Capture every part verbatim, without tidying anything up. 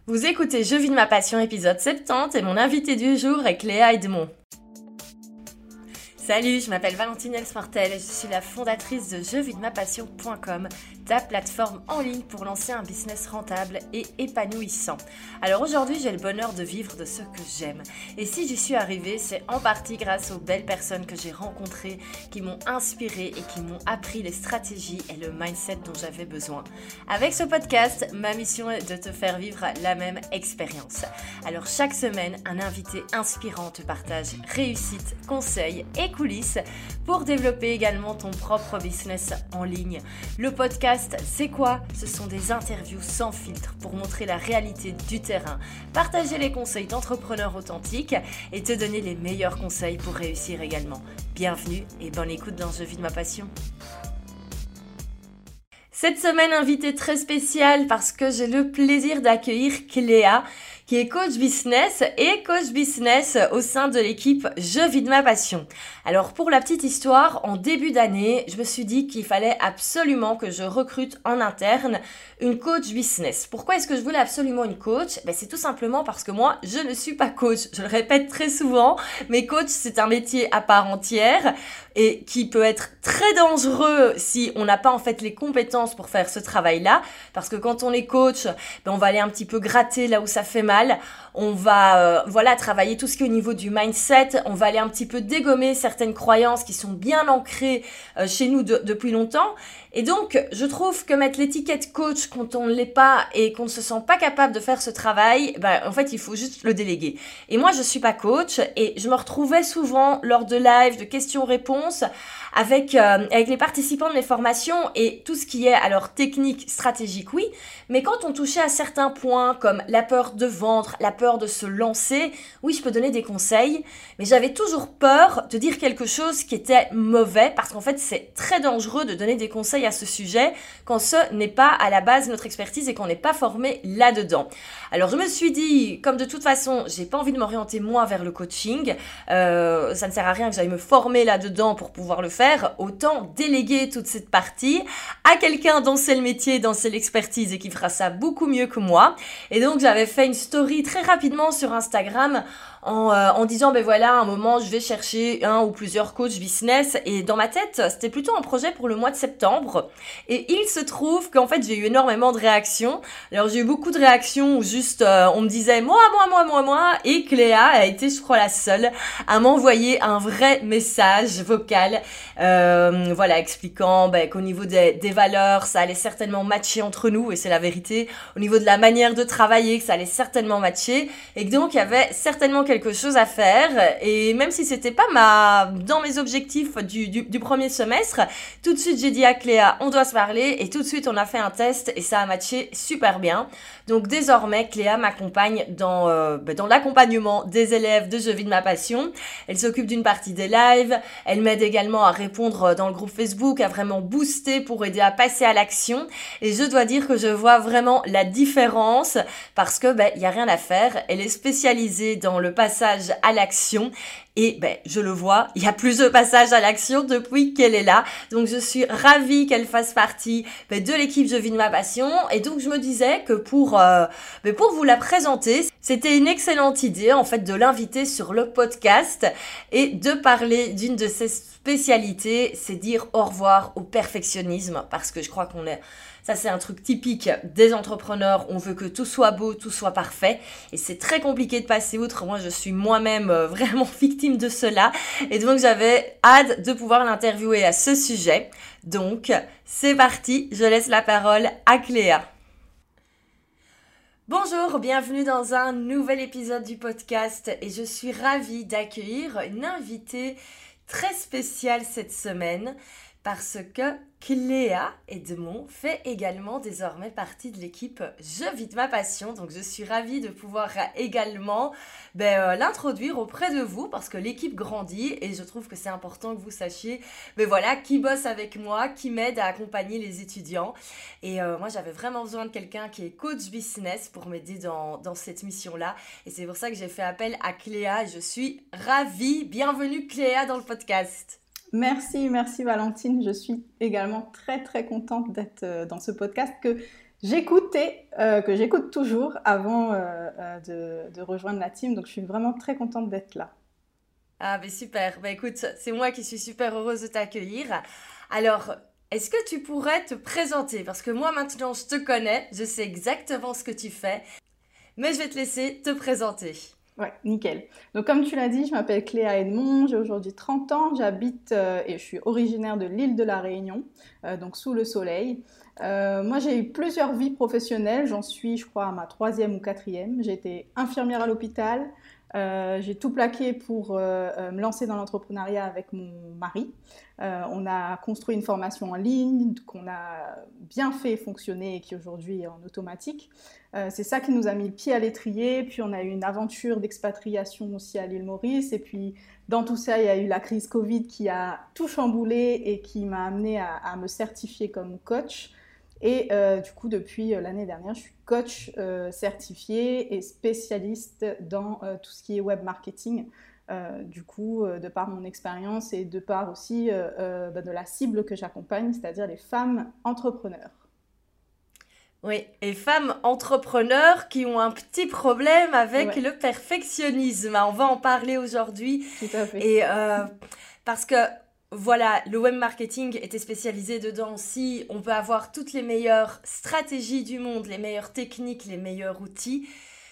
Vous écoutez Je vis de ma passion épisode soixante-dix et mon invité du jour est Cléa Edmond. Salut, je m'appelle Valentine Elsmartel et je suis la fondatrice de je vis de ma passion point com, ta plateforme en ligne pour lancer un business rentable et épanouissant. Alors aujourd'hui, j'ai le bonheur de vivre de ce que j'aime. Et si j'y suis arrivée, c'est en partie grâce aux belles personnes que j'ai rencontrées, qui m'ont inspirée et qui m'ont appris les stratégies et le mindset dont j'avais besoin. Avec ce podcast, ma mission est de te faire vivre la même expérience. Alors chaque semaine, un invité inspirant te partage réussite, conseils et coulisses pour développer également ton propre business en ligne. Le podcast, c'est quoi? Ce sont des interviews sans filtre pour montrer la réalité du terrain, partager les conseils d'entrepreneurs authentiques et te donner les meilleurs conseils pour réussir également. Bienvenue et bonne écoute dans Je vis de ma passion. Cette semaine, invitée très spéciale parce que j'ai le plaisir d'accueillir Cléa, qui est coach business et coach business au sein de l'équipe Je vis de ma passion. Alors pour la petite histoire, en début d'année, je me suis dit qu'il fallait absolument que je recrute en interne une coach business. Pourquoi est-ce que je voulais absolument une coach? Ben, c'est tout simplement parce que moi, je ne suis pas coach. Je le répète très souvent, mais coach, c'est un métier à part entière et qui peut être très dangereux si on n'a pas en fait les compétences pour faire ce travail-là. Parce que quand on est coach, ben, on va aller un petit peu gratter là où ça fait mal. On va euh, voilà travailler tout ce qui est au niveau du mindset. On va aller un petit peu dégommer certaines croyances qui sont bien ancrées euh, chez nous de, depuis longtemps. Et donc, je trouve que mettre l'étiquette coach quand on ne l'est pas et qu'on ne se sent pas capable de faire ce travail, ben, en fait, il faut juste le déléguer. Et moi, je suis pas coach et je me retrouvais souvent lors de live, de questions-réponses avec, euh, avec les participants de mes formations et tout ce qui est alors technique, stratégique, oui, mais quand on touchait à certains points comme la peur de vendre, la peur de se lancer, oui, je peux donner des conseils, mais j'avais toujours peur de dire quelque chose qui était mauvais parce qu'en fait, c'est très dangereux de donner des conseils à ce sujet quand ce n'est pas à la base notre expertise et qu'on n'est pas formé là-dedans. Alors, je me suis dit, comme de toute façon, j'ai pas envie de m'orienter moi vers le coaching, euh, ça ne sert à rien que j'aille me former là-dedans pour pouvoir le faire, autant déléguer toute cette partie à quelqu'un dont c'est le métier, dont c'est l'expertise et qui fera ça beaucoup mieux que moi. Et donc, j'avais fait une story très rapidement sur Instagram en, euh, en disant, ben voilà, à un moment, je vais chercher un ou plusieurs coachs business. Et dans ma tête, c'était plutôt un projet pour le mois de septembre. Et il se trouve qu'en fait, j'ai eu énormément de réactions. Alors, j'ai eu beaucoup de réactions où juste, euh, on me disait, moi, moi, moi, moi, moi. Et Cléa a été, je crois, la seule à m'envoyer un vrai message vocal, euh, voilà, expliquant ben, qu'au niveau des, des valeurs, ça allait certainement matcher entre nous. Et c'est la vérité. Au niveau de la manière de travailler, que ça allait certainement matcher. Et que donc, il y avait certainement quelque chose à faire, et même si c'était pas ma dans mes objectifs du, du, du premier semestre, tout de suite j'ai dit à Cléa, on doit se parler, et tout de suite on a fait un test et ça a matché super bien. Donc désormais Cléa m'accompagne dans euh, dans l'accompagnement des élèves de Je vis de ma passion. Elle s'occupe d'une partie des lives, elle m'aide également à répondre dans le groupe Facebook, à vraiment booster pour aider à passer à l'action, et je dois dire que je vois vraiment la différence parce que ben il y a rien à faire. Elle est spécialisée dans le passage à l'action et ben je le vois, il y a plus de passage à l'action depuis qu'elle est là. Donc je suis ravie qu'elle fasse partie ben, de l'équipe Je vis de ma passion, et donc je me disais que pour euh, ben, pour vous la présenter, c'était une excellente idée en fait de l'inviter sur le podcast et de parler d'une de ses spécialités, c'est dire au revoir au perfectionnisme, parce que je crois qu'on est ça, c'est un truc typique des entrepreneurs. On veut que tout soit beau, tout soit parfait. Et c'est très compliqué de passer outre. Moi, je suis moi-même vraiment victime de cela. Et donc, j'avais hâte de pouvoir l'interviewer à ce sujet. Donc, c'est parti. Je laisse la parole à Cléa. Bonjour, bienvenue dans un nouvel épisode du podcast. Et je suis ravie d'accueillir une invitée très spéciale cette semaine parce que Cléa Edmond fait également désormais partie de l'équipe Je vis de ma passion. Donc je suis ravie de pouvoir également ben, euh, l'introduire auprès de vous parce que l'équipe grandit et je trouve que c'est important que vous sachiez ben, voilà, qui bosse avec moi, qui m'aide à accompagner les étudiants. Et euh, moi j'avais vraiment besoin de quelqu'un qui est coach business pour m'aider dans, dans cette mission-là. Et c'est pour ça que j'ai fait appel à Cléa et je suis ravie. Bienvenue Cléa dans le podcast. Merci, merci Valentine. Je suis également très très contente d'être dans ce podcast que j'écoutais, euh, que j'écoute toujours avant euh, euh, de, de rejoindre la team. Donc, je suis vraiment très contente d'être là. Ah, ben super. Ben écoute, c'est moi qui suis super heureuse de t'accueillir. Alors, est-ce que tu pourrais te présenter? Parce que moi, maintenant, je te connais, je sais exactement ce que tu fais, mais je vais te laisser te présenter. Ouais, nickel. Donc, comme tu l'as dit, je m'appelle Cléa Edmond, j'ai aujourd'hui trente ans, j'habite euh, et je suis originaire de l'île de la Réunion, euh, donc sous le soleil. Euh, moi, j'ai eu plusieurs vies professionnelles, j'en suis, je crois, à ma troisième ou quatrième. J'ai été infirmière à l'hôpital, euh, j'ai tout plaqué pour euh, euh, me lancer dans l'entrepreneuriat avec mon mari. Euh, on a construit une formation en ligne qu'on a bien fait fonctionner et qui aujourd'hui est en automatique. Euh, c'est ça qui nous a mis le pied à l'étrier. Puis on a eu une aventure d'expatriation aussi à l'île Maurice. Et puis dans tout ça, il y a eu la crise Covid qui a tout chamboulé et qui m'a amenée à, à me certifier comme coach. Et euh, du coup, depuis l'année dernière, je suis coach euh, certifié et spécialiste dans euh, tout ce qui est web marketing. Euh, du coup, euh, de par mon expérience et de par aussi euh, euh, bah, de la cible que j'accompagne, c'est-à-dire les femmes entrepreneurs. Oui, et femmes entrepreneurs qui ont un petit problème avec Ouais, le perfectionnisme. On va en parler aujourd'hui. tout à fait. Et euh, parce que, voilà, le web marketing était spécialisé dedans. Si on peut avoir toutes les meilleures stratégies du monde, les meilleures techniques, les meilleurs outils,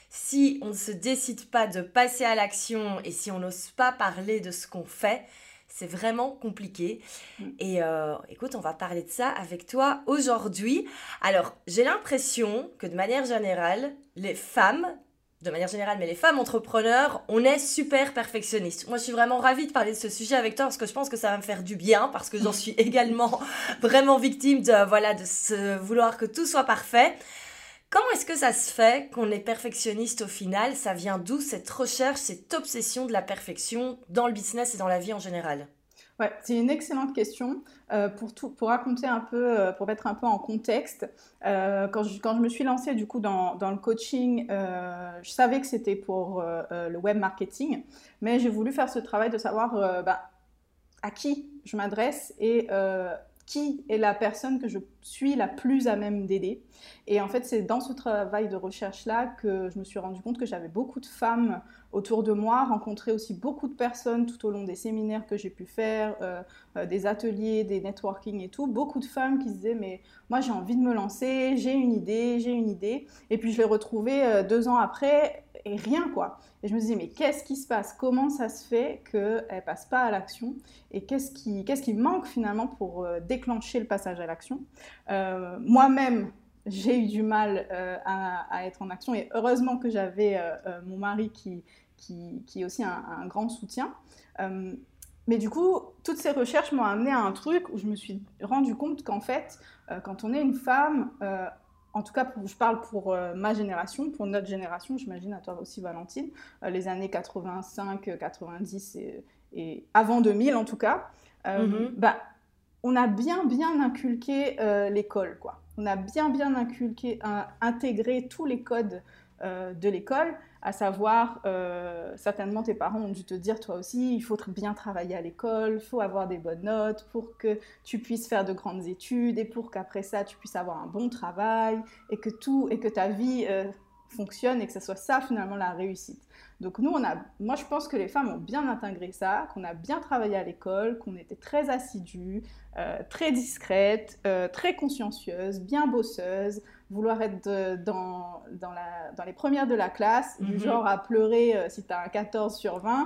si on ne se décide pas de passer à l'action et si on n'ose pas parler de ce qu'on fait, c'est vraiment compliqué. Mm. Et euh, écoute, on va parler de ça avec toi aujourd'hui. Alors, j'ai l'impression que de manière générale, les femmes, de manière générale, mais les femmes entrepreneurs, on est super perfectionnistes. Moi, je suis vraiment ravie de parler de ce sujet avec toi parce que je pense que ça va me faire du bien, parce que j'en suis également vraiment victime de, voilà, de se vouloir que tout soit parfait. Comment est-ce que ça se fait qu'on est perfectionniste au final? Ça vient d'où cette recherche, cette obsession de la perfection dans le business et dans la vie en général? Ouais, c'est une excellente question. Euh, pour tout, pour raconter un peu, euh, pour mettre un peu en contexte, euh, quand je, quand je me suis lancée du coup dans, dans le coaching, euh, je savais que c'était pour euh, euh, le web marketing, mais j'ai voulu faire ce travail de savoir euh, bah, à qui je m'adresse et euh, qui est la personne que je suis la plus à même d'aider. Et en fait, c'est dans ce travail de recherche-là que je me suis rendu compte que j'avais beaucoup de femmes autour de moi, rencontré aussi beaucoup de personnes tout au long des séminaires que j'ai pu faire, euh, euh, des ateliers, des networking et tout, beaucoup de femmes qui se disaient mais moi j'ai envie de me lancer, j'ai une idée, j'ai une idée, et puis je l'ai retrouvée euh, deux ans après et rien quoi. Et je me disais mais qu'est-ce qui se passe? Comment ça se fait qu'elles ne passent pas à l'action? Et qu'est-ce qui, qu'est-ce qui manque finalement pour euh, déclencher le passage à l'action? euh, Moi-même, j'ai eu du mal euh, à, à être en action et heureusement que j'avais euh, euh, mon mari qui, qui, qui est aussi un, un grand soutien. Euh, mais du coup, toutes ces recherches m'ont amené à un truc où je me suis rendu compte qu'en fait, euh, quand on est une femme, euh, en tout cas, pour, je parle pour euh, ma génération, pour notre génération, j'imagine à toi aussi Valentine, euh, les années quatre-vingt-cinq, quatre-vingt-dix et, et avant deux mille en tout cas, euh, Mhm. bah, on a bien bien inculqué euh, l'école, quoi. On a bien bien inculqué, un, intégré tous les codes euh, de l'école, à savoir, euh, certainement tes parents ont dû te dire toi aussi, il faut bien travailler à l'école, il faut avoir des bonnes notes pour que tu puisses faire de grandes études et pour qu'après ça tu puisses avoir un bon travail et que tout et que ta vie euh, fonctionne et que ce soit ça finalement la réussite. Donc nous, on a, moi je pense que les femmes ont bien intégré ça, qu'on a bien travaillé à l'école, qu'on était très assidus, euh, très discrètes, euh, très consciencieuses, bien bosseuses, vouloir être de, dans, dans, la, dans les premières de la classe, du Mhm. genre à pleurer euh, si tu as un quatorze sur vingt,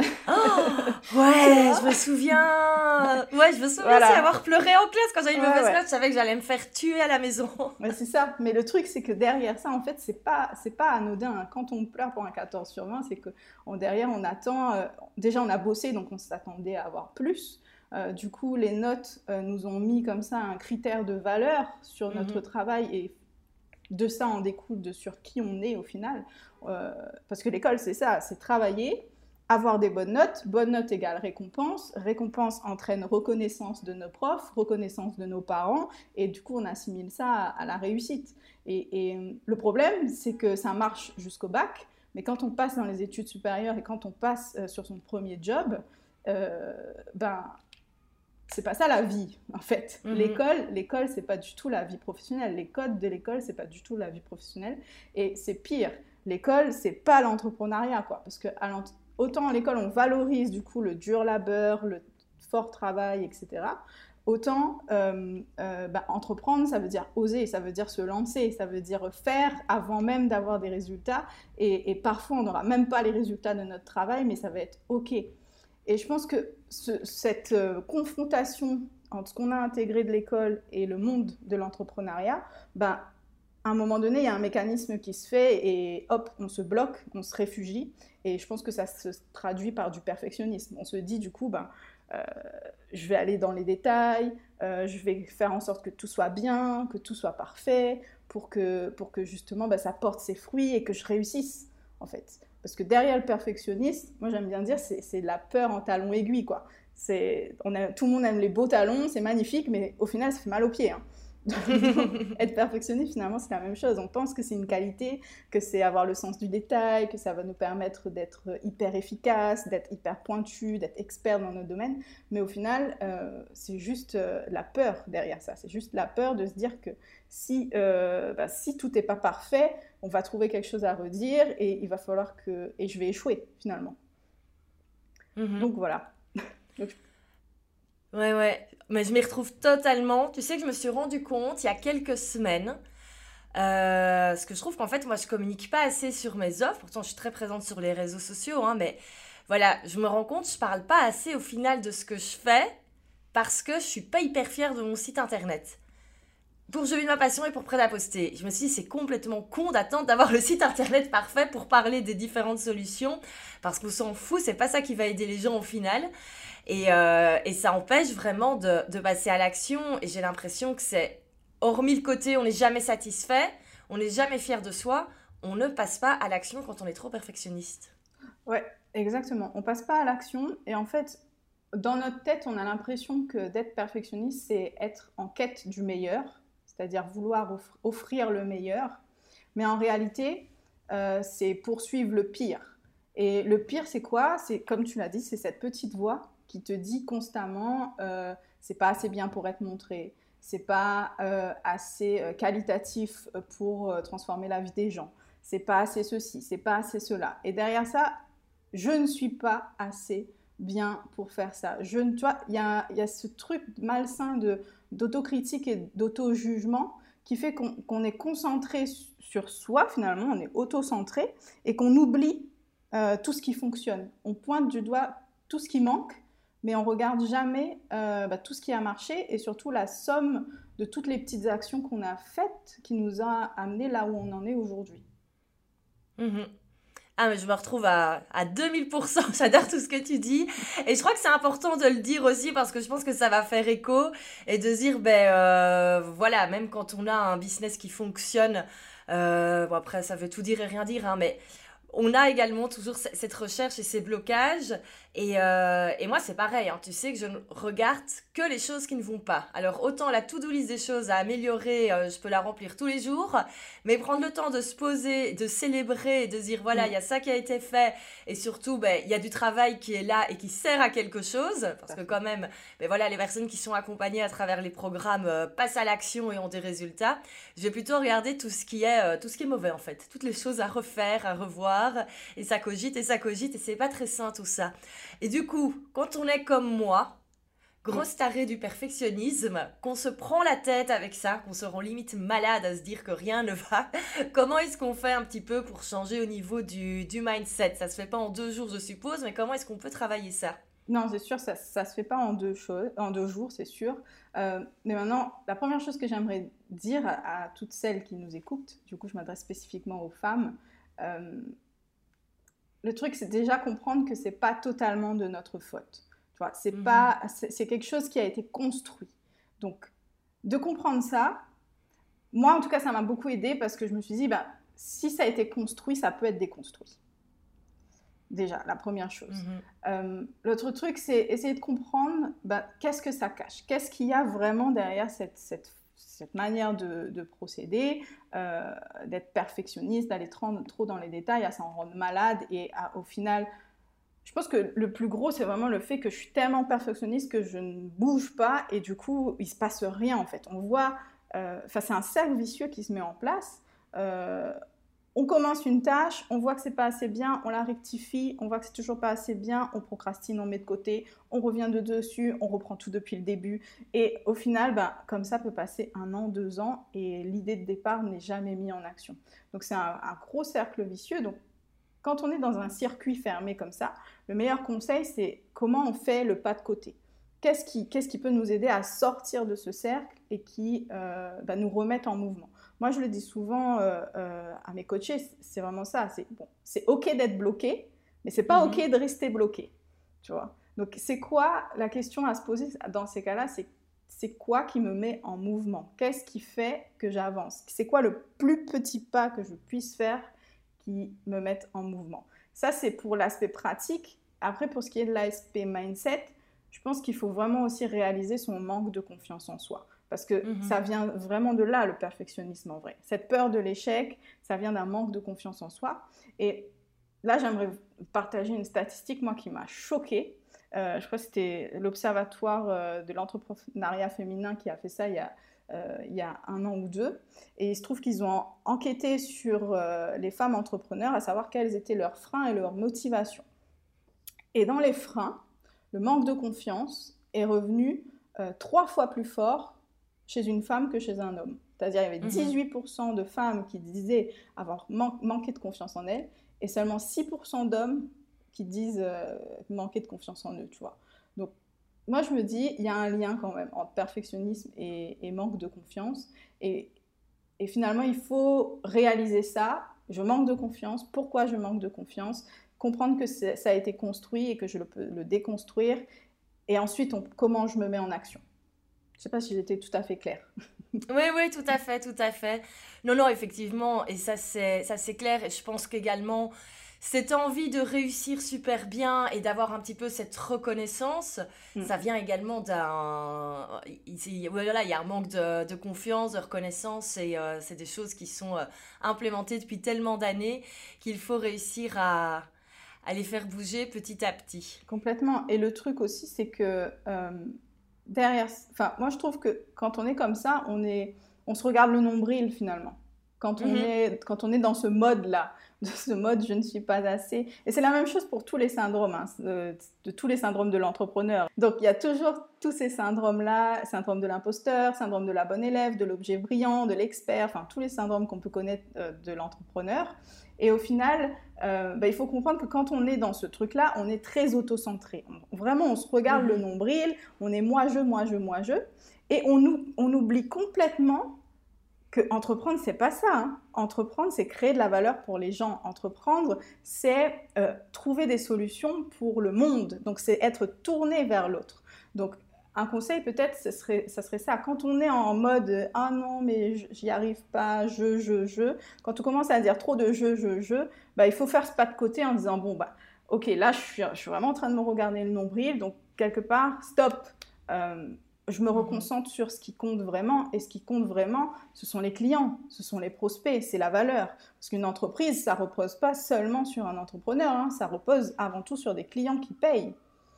Oh, tu ouais, vois. je me souviens. Ouais, je me souviens aussi Voilà, avoir pleuré en classe quand j'avais une ouais, mauvaise ouais. note. Je savais que j'allais me faire tuer à la maison. Ouais, c'est ça. Mais le truc, c'est que derrière ça, en fait, c'est pas, c'est pas anodin, hein. Quand on pleure pour un quatorze sur vingt, c'est que on, derrière, on attend. Euh, déjà, on a bossé, donc on s'attendait à avoir plus. Euh, du coup, les notes euh, nous ont mis comme ça un critère de valeur sur notre Mhm. travail et de ça en découle de sur qui on est au final. Euh, parce que l'école, c'est ça, c'est travailler, avoir des bonnes notes, bonnes notes égale récompense, récompense entraîne reconnaissance de nos profs, reconnaissance de nos parents, et du coup on assimile ça à, à la réussite. Et, et le problème, c'est que ça marche jusqu'au bac, mais quand on passe dans les études supérieures et quand on passe euh, sur son premier job, euh, ben c'est pas ça la vie, en fait. Mhm. L'école, l'école, c'est pas du tout la vie professionnelle. Les codes de l'école, c'est pas du tout la vie professionnelle. Et c'est pire. L'école, c'est pas l'entrepreneuriat, quoi. Parce que à l'ent- autant à l'école, on valorise du coup le dur labeur, le fort travail, et cetera. Autant euh, euh, bah, entreprendre, ça veut dire oser, ça veut dire se lancer, ça veut dire faire avant même d'avoir des résultats. Et, et parfois, on n'aura même pas les résultats de notre travail, mais ça va être OK. Et je pense que ce, cette euh, confrontation entre ce qu'on a intégré de l'école et le monde de l'entrepreneuriat, ben, à un moment donné, il y a un mécanisme qui se fait et hop, on se bloque, on se réfugie. Et je pense que ça se traduit par du perfectionnisme. On se dit du coup, ben, euh, je vais aller dans les détails, euh, je vais faire en sorte que tout soit bien, que tout soit parfait, pour que, pour que justement ben, ça porte ses fruits et que je réussisse, en fait. Parce que derrière le perfectionnisme, moi j'aime bien dire, c'est, c'est la peur en talons aiguilles, quoi. C'est, on a, tout le monde aime les beaux talons, c'est magnifique, mais au final, ça fait mal aux pieds, hein. Donc, être perfectionniste, finalement, c'est la même chose. On pense que c'est une qualité, que c'est avoir le sens du détail, que ça va nous permettre d'être hyper efficace, d'être hyper pointu, d'être expert dans notre domaine. Mais au final, euh, c'est juste euh, la peur derrière ça. C'est juste la peur de se dire que si, euh, bah, si tout n'est pas parfait, on va trouver quelque chose à redire et il va falloir que... Et je vais échouer, finalement. Mhm. Donc, voilà. Donc, Ouais, ouais, mais je m'y retrouve totalement. Tu sais que je me suis rendu compte il y a quelques semaines, euh, parce que je trouve qu'en fait, moi, je communique pas assez sur mes offres. Pourtant, je suis très présente sur les réseaux sociaux, hein, mais voilà, je me rends compte, je parle pas assez au final de ce que je fais parce que je suis pas hyper fière de mon site internet. Pour Je vis de ma passion et pour Prêt à poster. Je me suis dit, c'est complètement con d'attendre d'avoir le site internet parfait pour parler des différentes solutions, parce qu'on s'en fout, c'est pas ça qui va aider les gens au final. Et, euh, et ça empêche vraiment de, de passer à l'action. Et j'ai l'impression que c'est, hormis le côté on n'est jamais satisfait, on n'est jamais fier de soi, on ne passe pas à l'action quand on est trop perfectionniste. ouais, exactement. On passe pas à l'action et en fait, dans notre tête, on a l'impression que d'être perfectionniste, c'est être en quête du meilleur, c'est-à-dire vouloir off- offrir le meilleur. Mais en réalité, euh, c'est poursuivre le pire. Et le pire, c'est quoi? C'est, comme tu l'as dit, c'est cette petite voix qui te dit constamment euh, c'est pas assez bien pour être montré, c'est pas euh, assez euh, qualitatif pour euh, transformer la vie des gens, c'est pas assez ceci, c'est pas assez cela. Et derrière ça, je ne suis pas assez bien pour faire ça. Je ne, tu vois, il y a, y a ce truc malsain de, d'autocritique et d'auto-jugement qui fait qu'on, qu'on est concentré sur soi, finalement, on est auto-centré et qu'on oublie euh, tout ce qui fonctionne. On pointe du doigt tout ce qui manque, mais on regarde jamais euh, bah, tout ce qui a marché et surtout la somme de toutes les petites actions qu'on a faites qui nous a amené là où on en est aujourd'hui. Mhm. Ah, mais je me retrouve à, à deux mille pour cent. J'adore tout ce que tu dis. Et je crois que c'est important de le dire aussi parce que je pense que ça va faire écho et de se dire, ben euh, voilà, même quand on a un business qui fonctionne, euh, bon après ça veut tout dire et rien dire, hein, mais on a également toujours ce- cette recherche et ces blocages. Et, euh, et moi, c'est pareil, hein. Tu sais que je ne regarde que les choses qui ne vont pas. Alors, autant la to-do list des choses à améliorer, euh, je peux la remplir tous les jours. Mais prendre le temps de se poser, de célébrer, et de se dire, voilà, il y Mmh, a ça qui a été fait. Et surtout, ben, il y a du travail qui est là et qui sert à quelque chose. tout Parce à que fait. quand même, ben voilà, les personnes qui sont accompagnées à travers les programmes euh, passent à l'action et ont des résultats. Je vais plutôt regarder tout ce qui est, euh, tout ce qui est mauvais, en fait. Toutes les choses à refaire, à revoir. Et ça cogite et ça cogite et c'est pas très sain tout ça. Et du coup, quand on est comme moi, Mmh. grosse tarée du perfectionnisme, qu'on se prend la tête avec ça, qu'on se rend limite malade à se dire que rien ne va, comment est-ce qu'on fait un petit peu pour changer au niveau du, du mindset? Ça se fait pas en deux jours, je suppose, mais comment est-ce qu'on peut travailler ça? Non, c'est sûr, ça ne se fait pas en deux, choses, en deux jours, c'est sûr. Euh, mais maintenant, la première chose que j'aimerais dire à, à toutes celles qui nous écoutent, du coup je m'adresse spécifiquement aux femmes, euh, le truc, c'est déjà comprendre que c'est pas totalement de notre faute. Tu vois, c'est Mhm. pas, c'est, c'est quelque chose qui a été construit. Donc, de comprendre ça, moi, en tout cas, ça m'a beaucoup aidé parce que je me suis dit, bah, si ça a été construit, ça peut être déconstruit. Déjà, la première chose. Mhm. Euh, l'autre truc, c'est essayer de comprendre bah, qu'est-ce que ça cache, qu'est-ce qu'il y a vraiment derrière cette, cette, cette manière de, de procéder, euh, d'être perfectionniste, d'aller trop, trop dans les détails, à s'en rendre malade et à, au final je pense que le plus gros, c'est vraiment le fait que je suis tellement perfectionniste que je ne bouge pas et du coup, il ne se passe rien en fait. On voit, euh, enfin, c'est un cercle vicieux qui se met en place. Euh, on commence une tâche, on voit que c'est pas assez bien, on la rectifie, on voit que c'est toujours pas assez bien, on procrastine, on met de côté, on revient de dessus, on reprend tout depuis le début. Et au final, ben, comme ça peut passer un an, deux ans et l'idée de départ n'est jamais mise en action. Donc c'est un, un gros cercle vicieux. Donc quand on est dans un circuit fermé comme ça, le meilleur conseil, c'est comment on fait le pas de côté. Qu'est-ce qui, qu'est-ce qui peut nous aider à sortir de ce cercle et qui euh, va nous remettre en mouvement? Moi, je le dis souvent euh, euh, à mes coachés, c'est vraiment ça. C'est, bon, c'est OK d'être bloqué, mais c'est pas Mm-hmm. OK de rester bloqué. Tu vois? Donc, c'est quoi la question à se poser dans ces cas-là? C'est, c'est quoi qui me met en mouvement? Qu'est-ce qui fait que j'avance? C'est quoi le plus petit pas que je puisse faire qui me mette en mouvement? Ça, c'est pour l'aspect pratique. Après, pour ce qui est de l'aspect mindset, je pense qu'il faut vraiment aussi réaliser son manque de confiance en soi. Parce que mm-hmm. ça vient vraiment de là, le perfectionnisme en vrai. Cette peur de l'échec, ça vient d'un manque de confiance en soi. Et là, j'aimerais partager une statistique, moi, qui m'a choquée. Euh, je crois que c'était l'Observatoire euh, de l'entrepreneuriat féminin qui a fait ça il y a, euh, il y a un an ou deux. Et il se trouve qu'ils ont enquêté sur euh, les femmes entrepreneurs, à savoir quels étaient leurs freins et leurs motivations. Et dans les freins, le manque de confiance est revenu euh, trois fois plus fort chez une femme que chez un homme. C'est-à-dire qu'il y avait dix-huit pour cent de femmes qui disaient avoir man- manqué de confiance en elles et seulement six pour cent d'hommes qui disent euh, manquer de confiance en eux, tu vois. Donc, moi, je me dis, il y a un lien quand même entre perfectionnisme et, et manque de confiance. Et, et finalement, il faut réaliser ça. Je manque de confiance. Pourquoi je manque de confiance? Comprendre que ça a été construit et que je le peux le déconstruire. Et ensuite, on, comment je me mets en action. Je ne sais pas si j'étais tout à fait claire. Oui, oui, tout à fait, tout à fait. Non, non, effectivement, et ça c'est, ça c'est clair. Et je pense qu'également, cette envie de réussir super bien et d'avoir un petit peu cette reconnaissance, mm. ça vient également d'un... Ici, voilà, il y a un manque de, de confiance, de reconnaissance, et euh, c'est des choses qui sont euh, implémentées depuis tellement d'années qu'il faut réussir à, à les faire bouger petit à petit. Complètement. Et le truc aussi, c'est que... Euh... derrière, enfin, moi je trouve que quand on est comme ça, on, est, on se regarde le nombril finalement. Quand on, mm-hmm. est, quand on est dans ce mode-là, de ce mode je ne suis pas assez. Et c'est la même chose pour tous les syndromes, hein, de, de tous les syndromes de l'entrepreneur. Donc il y a toujours tous ces syndromes-là, syndrome de l'imposteur, syndrome de la bonne élève, de l'objet brillant, de l'expert, enfin tous les syndromes qu'on peut connaître euh, de l'entrepreneur. Et au final, euh, bah, il faut comprendre que quand on est dans ce truc-là, on est très auto-centré. On, vraiment, on se regarde mmh. le nombril, on est moi, je, moi, je, moi, je. Et on, on oublie complètement que entreprendre, c'est pas ça. Hein. Entreprendre, c'est créer de la valeur pour les gens. Entreprendre, c'est euh, trouver des solutions pour le monde. Donc, c'est être tourné vers l'autre. Donc, un conseil peut-être, ce serait, ça serait ça. Quand on est en mode « Ah non, mais j'y arrive pas, je, je, je », quand on commence à dire trop de « je, je, je », bah, il faut faire ce pas de côté en disant « Bon, bah, ok, là, je suis, je suis vraiment en train de me regarder le nombril, donc quelque part, stop, euh, je me reconcentre sur ce qui compte vraiment. Et ce qui compte vraiment, ce sont les clients, ce sont les prospects, c'est la valeur. Parce qu'une entreprise, ça ne repose pas seulement sur un entrepreneur, hein, ça repose avant tout sur des clients qui payent.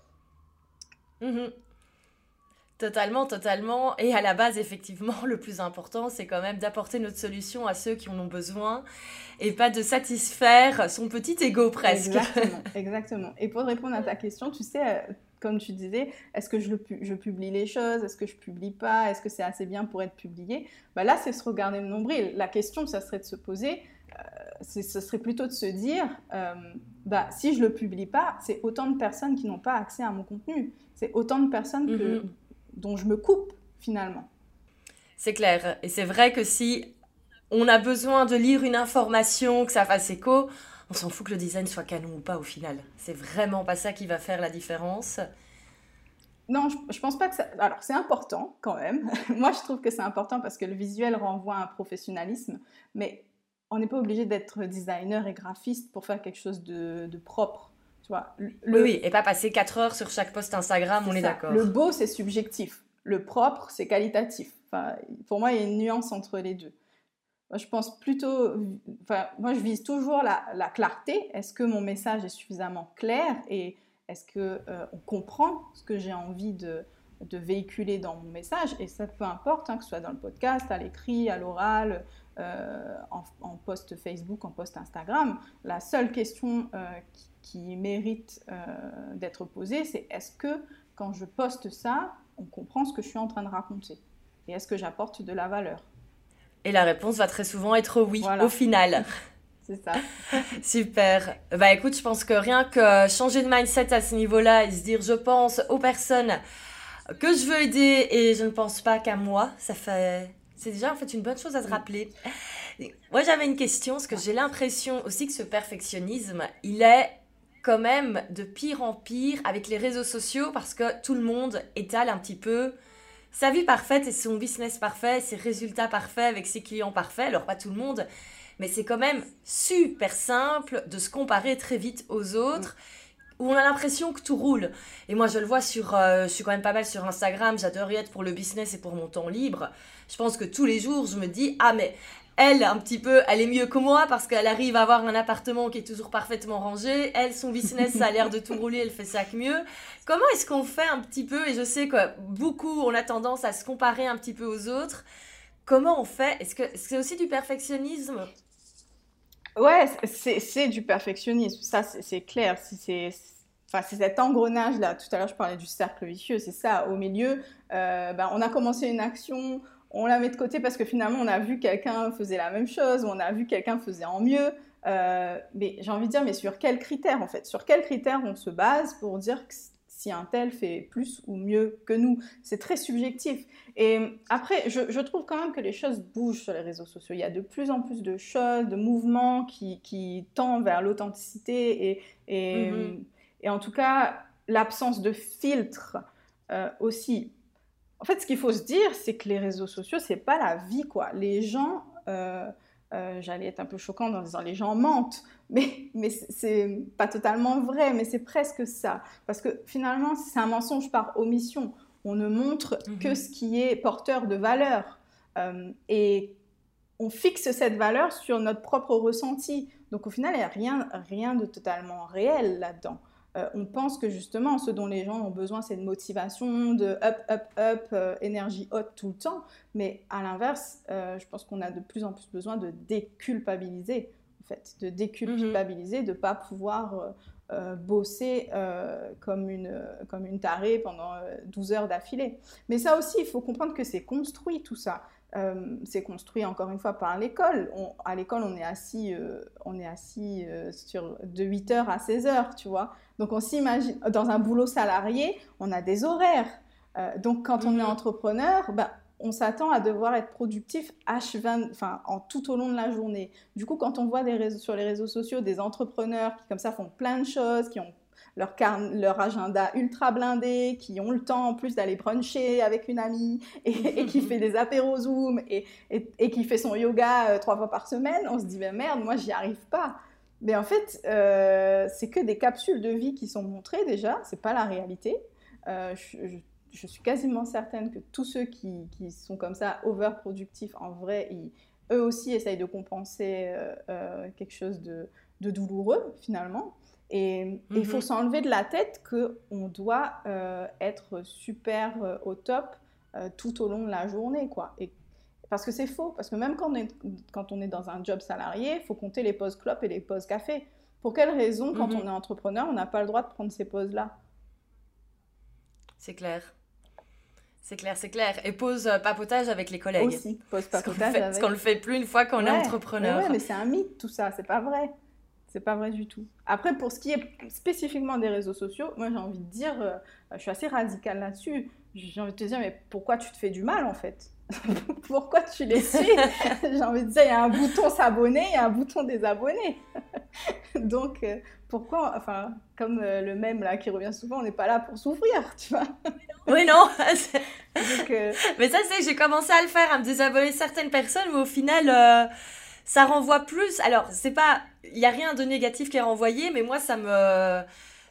Mmh. Totalement, totalement. Et à la base, effectivement, le plus important, c'est quand même d'apporter notre solution à ceux qui en ont besoin et pas de satisfaire son petit ego presque. Exactement, exactement. Et pour répondre à ta question, tu sais, comme tu disais, est-ce que je, le, je publie les choses? Est-ce que je publie pas? Est-ce que c'est assez bien pour être publié? Bah là, c'est se regarder le nombril. La question, ça serait de se poser, euh, c'est, ce serait plutôt de se dire, euh, bah, si je le publie pas, c'est autant de personnes qui n'ont pas accès à mon contenu. C'est autant de personnes que... Mm-hmm. dont je me coupe finalement. C'est clair. Et c'est vrai que si on a besoin de lire une information, que ça fasse écho, on s'en fout que le design soit canon ou pas au final. C'est vraiment pas ça qui va faire la différence. Non, je, je pense pas que ça... Alors, c'est important quand même. Moi, je trouve que c'est important parce que le visuel renvoie à un professionnalisme, mais on n'est pas obligé d'être designer et graphiste pour faire quelque chose de, de propre. Tu vois, le... Oui, oui, et pas passer quatre heures sur chaque post Instagram, c'est on est ça. D'accord. Le beau, c'est subjectif. Le propre, c'est qualitatif. Enfin, pour moi, il y a une nuance entre les deux. Moi, je pense plutôt, enfin, moi, je vise toujours la, la clarté. Est-ce que mon message est suffisamment clair et est-ce qu'on euh, comprend ce que j'ai envie de, de véhiculer dans mon message? Et ça, peu importe, hein, que ce soit dans le podcast, à l'écrit, à l'oral, euh, en, en post Facebook, en post Instagram. La seule question euh, qui, qui mérite euh, d'être posée, c'est est-ce que quand je poste ça, on comprend ce que je suis en train de raconter? Et est-ce que j'apporte de la valeur? Et la réponse va très souvent être oui, Voilà. au final. C'est ça. Super. Bah écoute, je pense que rien que changer de mindset à ce niveau-là et se dire je pense aux personnes que je veux aider et je ne pense pas qu'à moi, ça fait... c'est déjà en fait une bonne chose à se rappeler. Moi j'avais une question, parce que j'ai l'impression aussi que ce perfectionnisme, il est quand même de pire en pire avec les réseaux sociaux parce que tout le monde étale un petit peu sa vie parfaite et son business parfait, ses résultats parfaits avec ses clients parfaits. Alors pas tout le monde, mais c'est quand même super simple de se comparer très vite aux autres, où on a l'impression que tout roule. Et moi, je le vois sur... Euh, je suis quand même pas mal sur Instagram, j'adore y être pour le business et pour mon temps libre. Je pense que tous les jours, je me dis, ah mais elle, un petit peu, elle est mieux que moi parce qu'elle arrive à avoir un appartement qui est toujours parfaitement rangé. Elle, son business, ça a l'air de tout rouler, elle fait ça que mieux. Comment est-ce qu'on fait un petit peu? Et je sais que beaucoup, on a tendance à se comparer un petit peu aux autres. Comment on fait? Est-ce que est-ce que c'est aussi du perfectionnisme? Ouais, c'est, c'est du perfectionnisme, ça c'est, c'est clair. Si c'est, enfin, c'est cet engrenage-là. Tout à l'heure, je parlais du cercle vicieux, c'est ça. Au milieu, euh, ben, on a commencé une action, on la met de côté parce que finalement, on a vu quelqu'un faisait la même chose, ou on a vu quelqu'un faisait en mieux. Euh, mais j'ai envie de dire, mais sur quels critères en fait? Sur quels critères on se base pour dire que si un tel fait plus ou mieux que nous? C'est très subjectif. Et après, je, je trouve quand même que les choses bougent sur les réseaux sociaux. Il y a de plus en plus de choses, de mouvements qui, qui tendent vers l'authenticité et, et, Mhm. et en tout cas, l'absence de filtre euh, aussi. En fait, ce qu'il faut se dire, c'est que les réseaux sociaux, c'est pas la vie, quoi. Les gens, euh, euh, j'allais être un peu choquante en disant les gens mentent, mais, mais c'est c'est pas totalement vrai, mais c'est presque ça. Parce que finalement, c'est un mensonge par omission. On ne montre que Mhm. ce qui est porteur de valeur. Euh, et on fixe cette valeur sur notre propre ressenti. Donc au final, il n'y a rien, rien de totalement réel là-dedans. Euh, on pense que justement, ce dont les gens ont besoin, c'est de motivation, de up, up, up, euh, énergie haute tout le temps. Mais à l'inverse, euh, je pense qu'on a de plus en plus besoin de déculpabiliser, en fait, de Mhm. déculpabiliser, de ne pas pouvoir euh, euh, bosser euh, comme, une, comme une tarée pendant euh, douze heures d'affilée. Mais ça aussi, il faut comprendre que c'est construit tout ça. Euh, c'est construit encore une fois par l'école. On, à l'école, on est assis, euh, on est assis euh, sur, de huit heures à seize heures, tu vois. Donc on s'imagine, dans un boulot salarié, on a des horaires. Euh, donc quand on est Mhm. entrepreneur, ben, on s'attend à devoir être productif H vingt, enfin, en tout au long de la journée. Du coup, quand on voit des réseaux, sur les réseaux sociaux des entrepreneurs qui comme ça font plein de choses, qui ont leur, car- leur agenda ultra blindé, qui ont le temps en plus d'aller bruncher avec une amie et, et qui fait des apéros Zoom et, et, et qui fait son yoga euh, trois fois par semaine, on se dit ben merde, moi j'y arrive pas. Mais en fait, euh, c'est que des capsules de vie qui sont montrées déjà, c'est pas la réalité. Euh, je, je, je suis quasiment certaine que tous ceux qui, qui sont comme ça overproductifs, en vrai, ils, eux aussi essayent de compenser euh, euh, quelque chose de, de douloureux finalement. Et il faut Mhm. s'enlever de la tête qu'on doit euh, être super euh, au top euh, tout au long de la journée, quoi. Et, parce que c'est faux, parce que même quand on est, quand on est dans un job salarié, il faut compter les pauses clopes et les pauses café. Pour quelle raison, quand on est Mhm. entrepreneur, on n'a pas le droit de prendre ces pauses-là? C'est clair. C'est clair, c'est clair. Et pause euh, papotage avec les collègues. Aussi, pause Ce qu'on papotage fait, ce qu'on avec. ne fait plus une fois qu'on est Ouais, mais ouais, entrepreneur. mais c'est un mythe tout ça, c'est pas vrai. C'est pas vrai du tout. Après, pour ce qui est spécifiquement des réseaux sociaux, moi j'ai envie de dire, euh, je suis assez radicale là-dessus. J'ai envie de te dire, mais pourquoi tu te fais du mal en fait? Pourquoi tu les suis? J'ai envie de dire, il y a un bouton s'abonner, il y a un bouton désabonner. Donc, euh, pourquoi, enfin, comme euh, le mème là qui revient souvent, on n'est pas là pour souffrir, tu vois. Oui, non. Donc, euh, Mais ça, c'est que j'ai commencé à le faire, à me désabonner de certaines personnes, mais au final, euh, ça renvoie plus. Alors, c'est pas. Il n'y a rien de négatif qui est renvoyé, mais moi, ça me.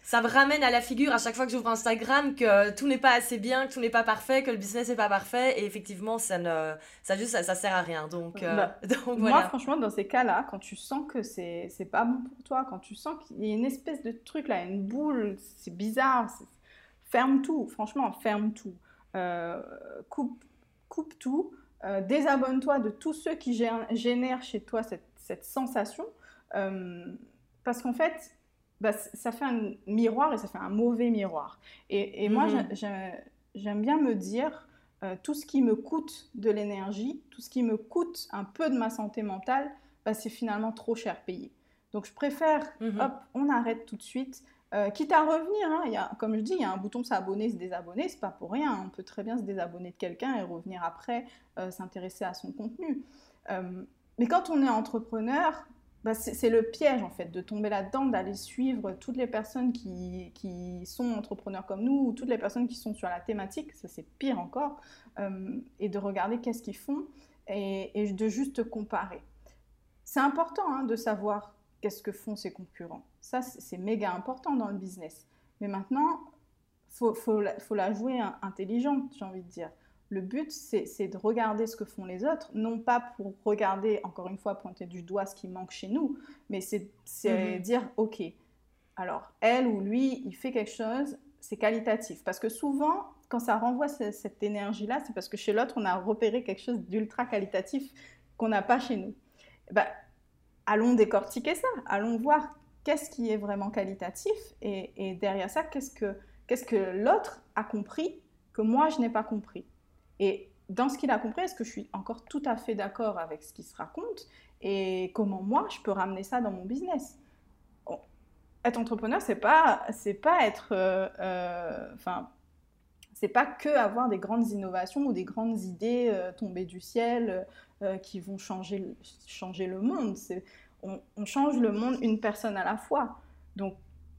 ça me ramène à la figure à chaque fois que j'ouvre Instagram que tout n'est pas assez bien, que tout n'est pas parfait, que le business n'est pas parfait. Et effectivement, ça ne, ça juste, ça, ça sert à rien. Donc, euh, Bah, donc moi, voilà. franchement, dans ces cas-là, quand tu sens que c'est c'est pas bon pour toi, quand tu sens qu'il y a une espèce de truc là, une boule, c'est bizarre, c'est- ferme tout. Franchement, ferme tout. Euh, coupe, coupe tout. Euh, désabonne-toi de tous ceux qui gé- génèrent chez toi cette, cette sensation. Euh, Parce qu'en fait, bah, c- ça fait un miroir et ça fait un mauvais miroir. Et, et moi, j'ai- Mhm. j'ai- j'aime bien me dire euh, tout ce qui me coûte de l'énergie, tout ce qui me coûte un peu de ma santé mentale, bah, c'est finalement trop cher payé. Donc je préfère, hop, Mhm. on arrête tout de suite. Euh, quitte à revenir, hein, il y a, comme je dis, il y a un bouton s'abonner, se désabonner, c'est pas pour rien. On peut très bien se désabonner de quelqu'un et revenir après, euh, s'intéresser à son contenu. Euh, mais quand on est entrepreneur, bah, c'est c'est le piège en fait de tomber là-dedans, d'aller suivre toutes les personnes qui, qui sont entrepreneurs comme nous, ou toutes les personnes qui sont sur la thématique, ça c'est pire encore, euh, et de regarder qu'est-ce qu'ils font et, et de juste comparer. C'est important hein, de savoir qu'est-ce que font ses concurrents. Ça, c'est c'est méga important dans le business. Mais maintenant, il faut, faut, la- faut la jouer in- intelligente, j'ai envie de dire. Le but, c'est c'est de regarder ce que font les autres, non pas pour regarder, encore une fois, pointer du doigt ce qui manque chez nous, mais c'est c'est Mhm. dire, OK, alors elle ou lui, il fait quelque chose, c'est qualitatif. Parce que souvent, quand ça renvoie ce- cette énergie-là, c'est parce que chez l'autre, on a repéré quelque chose d'ultra qualitatif qu'on n'a pas chez nous. Eh ben, allons décortiquer ça, allons voir qu'est-ce qui est vraiment qualitatif et, et derrière ça, qu'est-ce que, qu'est-ce que l'autre a compris que moi, je n'ai pas compris. Et dans ce qu'il a compris, est-ce que je suis encore tout à fait d'accord avec ce qui se raconte et comment moi, je peux ramener ça dans mon business. Bon, être entrepreneur, c'est pas, c'est pas être, euh, euh, enfin, c'est pas que avoir des grandes innovations ou des grandes idées euh, tombées du ciel euh, qui vont changer, changer le monde. C'est, on, on change le monde une personne à la fois. Donc,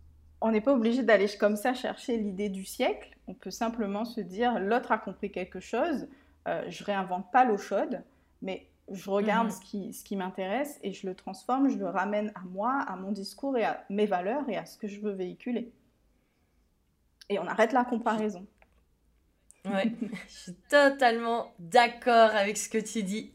on n'est pas obligé d'aller comme ça chercher l'idée du siècle. On peut simplement se dire, l'autre a compris quelque chose, euh, je réinvente pas l'eau chaude, mais je regarde ce Mhm. qui, ce qui m'intéresse et je le transforme, je le ramène à moi, à mon discours et à mes valeurs et à ce que je veux véhiculer. Et on arrête la Je suis, comparaison. ouais, je suis totalement d'accord avec ce que tu dis.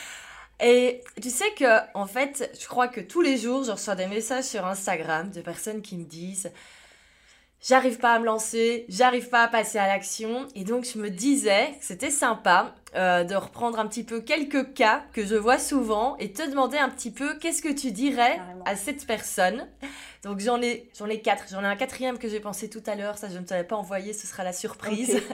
Et tu sais que, en fait, je crois que tous les jours, je reçois des messages sur Instagram de personnes qui me disent j'arrive pas à me lancer, j'arrive pas à passer à l'action. Et donc, je me disais que c'était sympa euh, de reprendre un petit peu quelques cas que je vois souvent et te demander un petit peu qu'est-ce que tu dirais Carrément. à cette personne. Donc, j'en ai, j'en ai quatre. J'en ai un quatrième que j'ai pensé tout à l'heure. Ça, je ne t'avais pas envoyé, ce sera la Ok. surprise.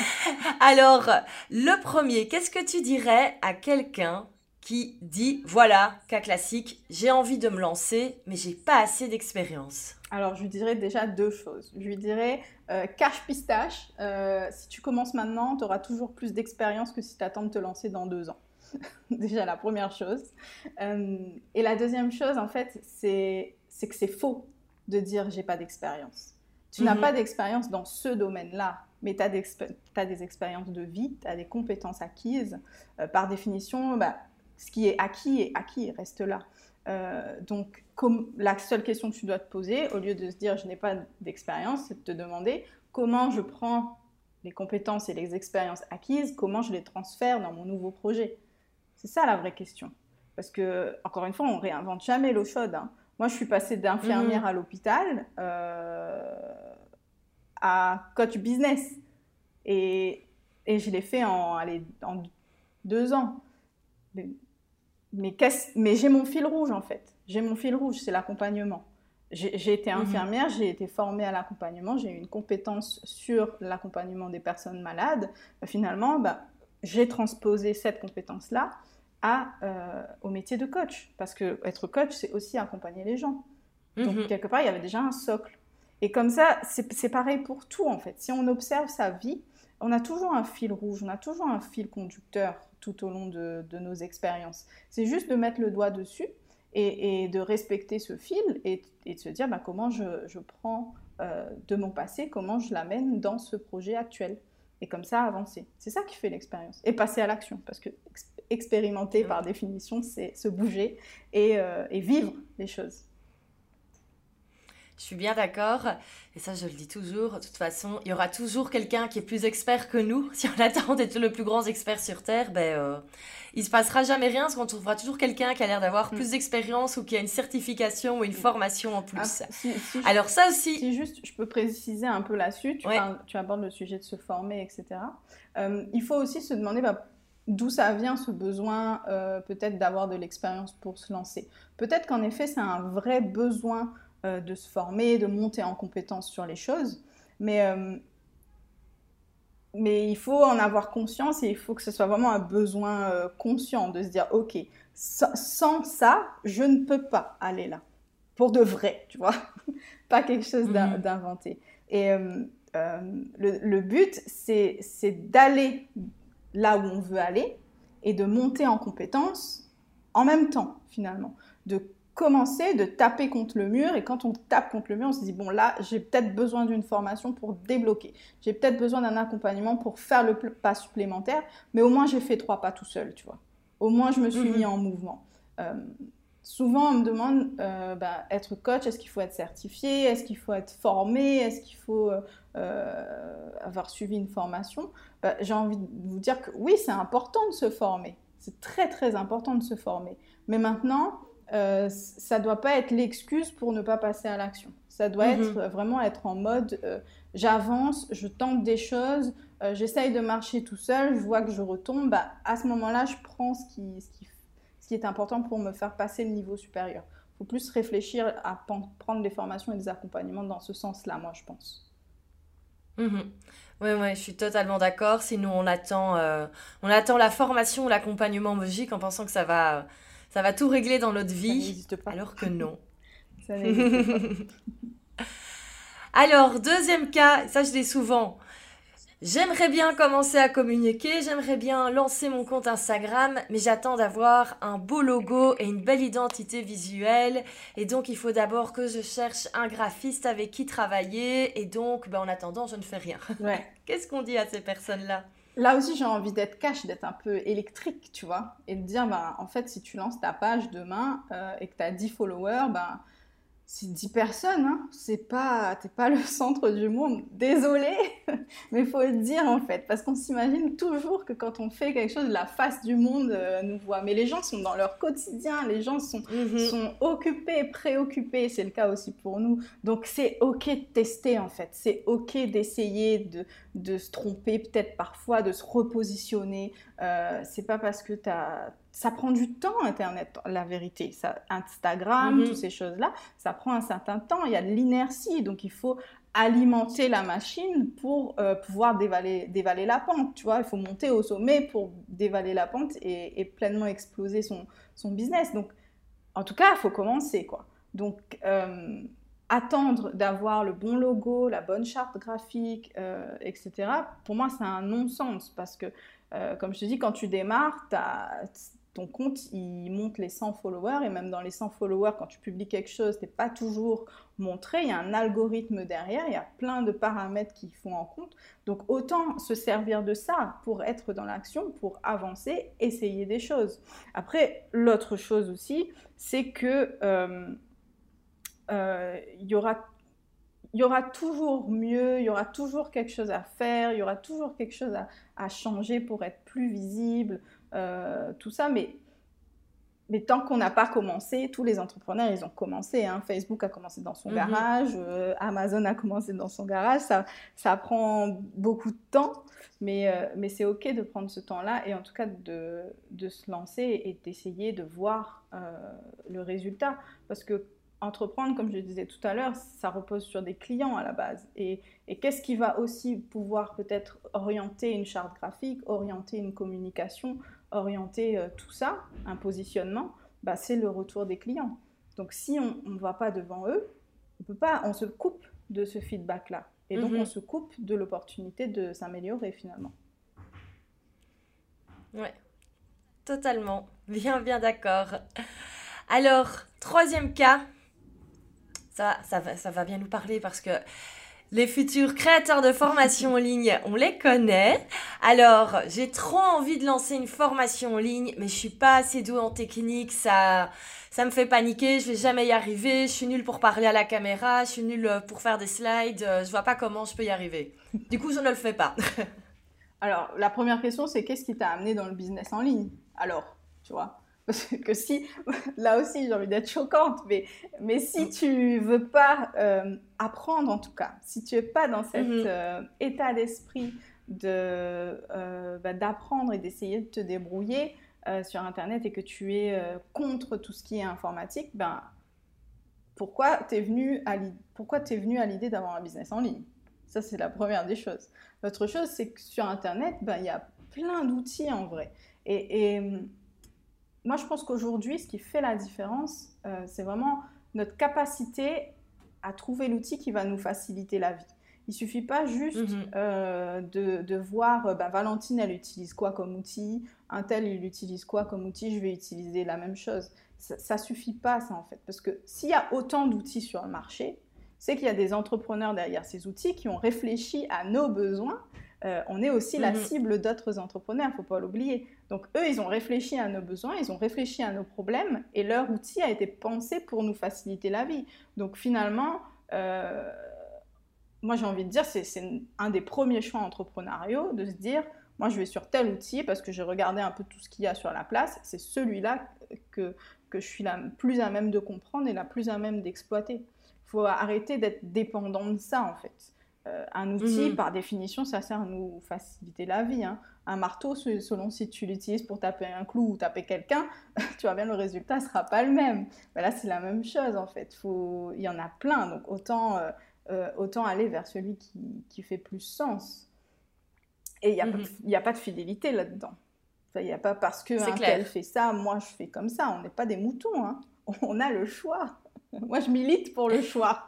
Alors, le premier, qu'est-ce que tu dirais à quelqu'un qui dit voilà, cas classique, j'ai envie de me lancer, mais j'ai pas assez d'expérience. Alors, je lui dirais déjà deux choses. Je lui dirais, euh, cache pistache, euh, si tu commences maintenant, tu auras toujours plus d'expérience que si tu attends de te lancer dans deux ans. Déjà, la première chose. Euh, et la deuxième chose, en fait, c'est c'est que c'est faux de dire j'ai pas d'expérience. Tu n'as pas Mhm. d'expérience dans ce domaine-là, mais tu as des expériences de vie, tu as des compétences acquises. Euh, par définition, bah, ce qui est acquis est acquis, reste là. Euh, donc, comme, la seule question que tu dois te poser, au lieu de se dire je n'ai pas d'expérience, c'est de te demander comment je prends les compétences et les expériences acquises, comment je les transfère dans mon nouveau projet. C'est ça la vraie question. Parce que, encore une fois, on ne réinvente jamais l'eau chaude. Hein. Moi, je suis passée d'infirmière Mhm. à l'hôpital euh, à coach business. Et, et je l'ai fait en, allez, en deux ans. Mais, mais, mais j'ai mon fil rouge, en fait. J'ai mon fil rouge, c'est l'accompagnement. J'ai, j'ai été Mhm. infirmière, j'ai été formée à l'accompagnement, j'ai eu une compétence sur l'accompagnement des personnes malades. Finalement, bah, j'ai transposé cette compétence-là à, euh, au métier de coach. Parce que être coach, c'est aussi accompagner les gens. Donc, Mhm. quelque part, il y avait déjà un socle. Et comme ça, c'est, c'est pareil pour tout, en fait. Si on observe sa vie, on a toujours un fil rouge, on a toujours un fil conducteur tout au long de, de nos expériences. C'est juste de mettre le doigt dessus et, et de respecter ce fil et, et de se dire bah, comment je, je prends euh, de mon passé, comment je l'amène dans ce projet actuel. Et comme ça, avancer. C'est ça qui fait l'expérience. Et passer à l'action. Parce que expérimenter, par définition, c'est se bouger et, euh, et vivre les choses. Je suis bien d'accord. Et ça, je le dis toujours. De toute façon, il y aura toujours quelqu'un qui est plus expert que nous. Si on attend d'être le plus grand expert sur Terre, ben, euh, il se passera jamais rien parce qu'on trouvera toujours quelqu'un qui a l'air d'avoir Mm. plus d'expérience ou qui a une certification ou une Mm. formation en Ah, plus. si, si, je, Alors ça aussi, si juste je peux préciser un peu là-dessus, tu, ouais. parles, tu abordes le sujet de se former, et cetera. Euh, il faut aussi se demander bah, d'où ça vient ce besoin euh, peut-être d'avoir de l'expérience pour se lancer. Peut-être qu'en effet c'est un vrai besoin euh, de se former, de monter en compétence sur les choses, mais, euh, mais il faut en avoir conscience et il faut que ce soit vraiment un besoin euh, conscient de se dire ok, sans, sans ça je ne peux pas aller là, pour de vrai, tu vois. Pas quelque chose Mhm. d'inventé. Et euh, euh, le, le but, c'est d'aller là où on veut aller et de monter en compétences en même temps, finalement. De commencer, de taper contre le mur. Et quand on tape contre le mur, on se dit, bon, là, j'ai peut-être besoin d'une formation pour débloquer. J'ai peut-être besoin d'un accompagnement pour faire le pas supplémentaire. Mais au moins, j'ai fait trois pas tout seul, tu vois. Au moins, je me suis mis Mhm. en mouvement. Euh, Souvent, on me demande, euh, bah, être coach, est-ce qu'il faut être certifié, est-ce qu'il faut être formé, est-ce qu'il faut euh, avoir suivi une formation. Bah, j'ai envie de vous dire que oui, c'est important de se former. C'est très, très important de se former. Mais maintenant, euh, ça ne doit pas être l'excuse pour ne pas passer à l'action. Ça doit être Mhm. euh, vraiment être en mode, euh, j'avance, je tente des choses, euh, j'essaye de marcher tout seul, je vois que je retombe. Bah, à ce moment-là, je prends ce qui, ce qui ce qui est important pour me faire passer le niveau supérieur. Il faut plus réfléchir à prendre des formations et des accompagnements dans ce sens-là, moi, je pense. Mhm. Ouais, ouais, je suis totalement d'accord. Sinon, on attend, euh, on attend la formation ou l'accompagnement magique en pensant que ça va, ça va tout régler dans notre Ça vie, n'existe pas. alors que non. Ça n'existe pas. Alors, deuxième cas, ça je l'ai souvent. J'aimerais bien commencer à communiquer, j'aimerais bien lancer mon compte Instagram, mais j'attends d'avoir un beau logo et une belle identité visuelle. Et donc, il faut d'abord que je cherche un graphiste avec qui travailler. Et donc, ben, en attendant, je ne fais rien. Ouais. Qu'est-ce qu'on dit à ces personnes-là? Là aussi, j'ai envie d'être cash, d'être un peu électrique, tu vois, et de dire, ben, en fait, si tu lances ta page demain euh, et que tu as dix followers, ben, c'est dix personnes, hein. C'est pas, t'es pas le centre du monde. Désolée, mais il faut le dire en fait, parce qu'on s'imagine toujours que quand on fait quelque chose, la face du monde euh, nous voit. Mais les gens sont dans leur quotidien, les gens sont, Mhm, sont occupés, préoccupés. C'est le cas aussi pour nous. Donc c'est ok de tester en fait. C'est ok d'essayer de, de se tromper peut-être parfois, de se repositionner. Euh, c'est pas parce que t'as ça prend du temps, Internet, la vérité. Ça, Instagram, toutes mhm, ces choses-là, ça prend un certain temps. Il y a de l'inertie, donc il faut alimenter la machine pour euh, pouvoir dévaler, dévaler la pente. Tu vois, il faut monter au sommet pour dévaler la pente et, et pleinement exploser son, son business. Donc, en tout cas, il faut commencer, quoi. Donc, euh, attendre d'avoir le bon logo, la bonne charte graphique, euh, et cetera, pour moi, c'est un non-sens parce que, euh, comme je te dis, quand tu démarres, ton compte, il monte les cent followers et même dans les cent followers, quand tu publies quelque chose, tu n'es pas toujours montré. Il y a un algorithme derrière, il y a plein de paramètres qui font en compte. Donc, autant se servir de ça pour être dans l'action, pour avancer, essayer des choses. Après, l'autre chose aussi, c'est que euh, euh, il y aura il y aura toujours mieux, il y aura toujours quelque chose à faire, il y aura toujours quelque chose à, à changer pour être plus visible, euh, tout ça, mais, mais tant qu'on n'a pas commencé, tous les entrepreneurs, ils ont commencé, hein. Facebook a commencé dans son mhm. garage, euh, Amazon a commencé dans son garage, ça, ça prend beaucoup de temps, mais, euh, mais c'est ok de prendre ce temps-là et en tout cas de, de se lancer et d'essayer de voir euh, le résultat, parce que entreprendre, comme je le disais tout à l'heure, ça repose sur des clients à la base. Et, et qu'est-ce qui va aussi pouvoir peut-être orienter une charte graphique, orienter une communication, orienter euh, tout ça, un positionnement, bah, c'est le retour des clients. Donc si on ne va pas devant eux, on peut pas, on se coupe de ce feedback-là. Et donc on Mhm. se coupe de l'opportunité de s'améliorer finalement. Ouais, totalement. Bien, bien d'accord. Alors, troisième cas, ça, ça va, ça va bien nous parler parce que Les futurs créateurs de formations en ligne, on les connaît. Alors, j'ai trop envie de lancer une formation en ligne, mais je suis pas assez douée en technique, ça, ça me fait paniquer, je vais jamais y arriver, je suis nulle pour parler à la caméra, je suis nulle pour faire des slides, euh, je vois pas comment je peux y arriver. Du coup, je ne le fais pas. Alors, la première question, c'est qu'est-ce qui t'a amené dans le business en ligne? Alors, tu vois, parce que si, là aussi, j'ai envie d'être choquante, mais, mais si tu veux pas euh, apprendre, en tout cas, si tu es pas dans cet Mhm. euh, état d'esprit de, euh, bah, d'apprendre et d'essayer de te débrouiller euh, sur Internet et que tu es euh, contre tout ce qui est informatique, ben, pourquoi t'es venu à l'i- pourquoi t'es venu à l'idée d'avoir un business en ligne? Ça, c'est la première des choses. L'autre chose, c'est que sur Internet, ben, il y a plein d'outils en vrai. Et, et, hum, moi, je pense qu'aujourd'hui, ce qui fait la différence, euh, c'est vraiment notre capacité à trouver l'outil qui va nous faciliter la vie. Il ne suffit pas juste Mhm. euh, de, de voir, euh, bah, Valentine, elle utilise quoi comme outil, un tel, il utilise quoi comme outil, je vais utiliser la même chose. Ça ne suffit pas, ça, en fait. Parce que s'il y a autant d'outils sur le marché, c'est qu'il y a des entrepreneurs derrière ces outils qui ont réfléchi à nos besoins. Euh, on est aussi la Mhm. cible d'autres entrepreneurs, il ne faut pas l'oublier. Donc eux, ils ont réfléchi à nos besoins, ils ont réfléchi à nos problèmes et leur outil a été pensé pour nous faciliter la vie. Donc finalement, euh, moi j'ai envie de dire, c'est, c'est un des premiers choix entrepreneuriaux de se dire, moi je vais sur tel outil parce que j'ai regardé un peu tout ce qu'il y a sur la place, c'est celui-là que, que je suis la plus à même de comprendre et la plus à même d'exploiter. Il faut arrêter d'être dépendant de ça en fait. Euh, un outil, Mhm. par définition, ça sert à nous faciliter la vie, hein. Un marteau, selon si tu l'utilises pour taper un clou ou taper quelqu'un, tu vois bien le résultat ne sera pas le même. Mais là, c'est la même chose en fait. Faut... Il y en a plein, donc autant, euh, euh, autant aller vers celui qui, qui fait plus sens. Et il n'y a, Mhm. a pas de fidélité là-dedans. Il n'y a pas parce C'est qu'un tel clair. fait ça, moi je fais comme ça. On n'est pas des moutons, hein. On a le choix. Moi, je milite pour le choix.